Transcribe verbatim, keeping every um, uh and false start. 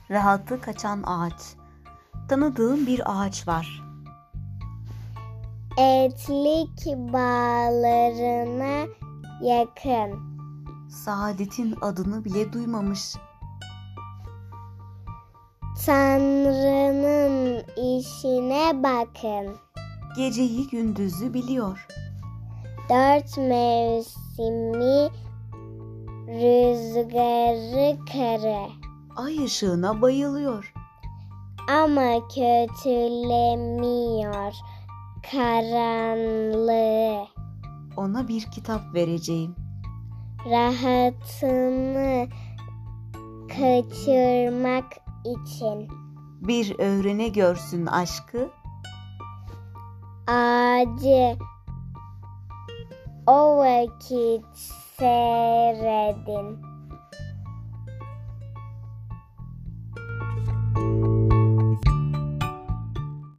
Rahatı kaçan ağaç. Tanıdığım bir ağaç var. Etlik bağlarına yakın. Saadetin adını bile duymamış. Tanrı'nın işine bakın. Geceyi gündüzü biliyor. Dört mevsimi, rüzgarı, karı. Ay ışığına bayılıyor. Ama kötülemiyor karanlığı. Ona bir kitap vereceğim. Rahatını kaçırmak için. Bir öğrene görsün aşkı. Ağacı o vakit seyredin.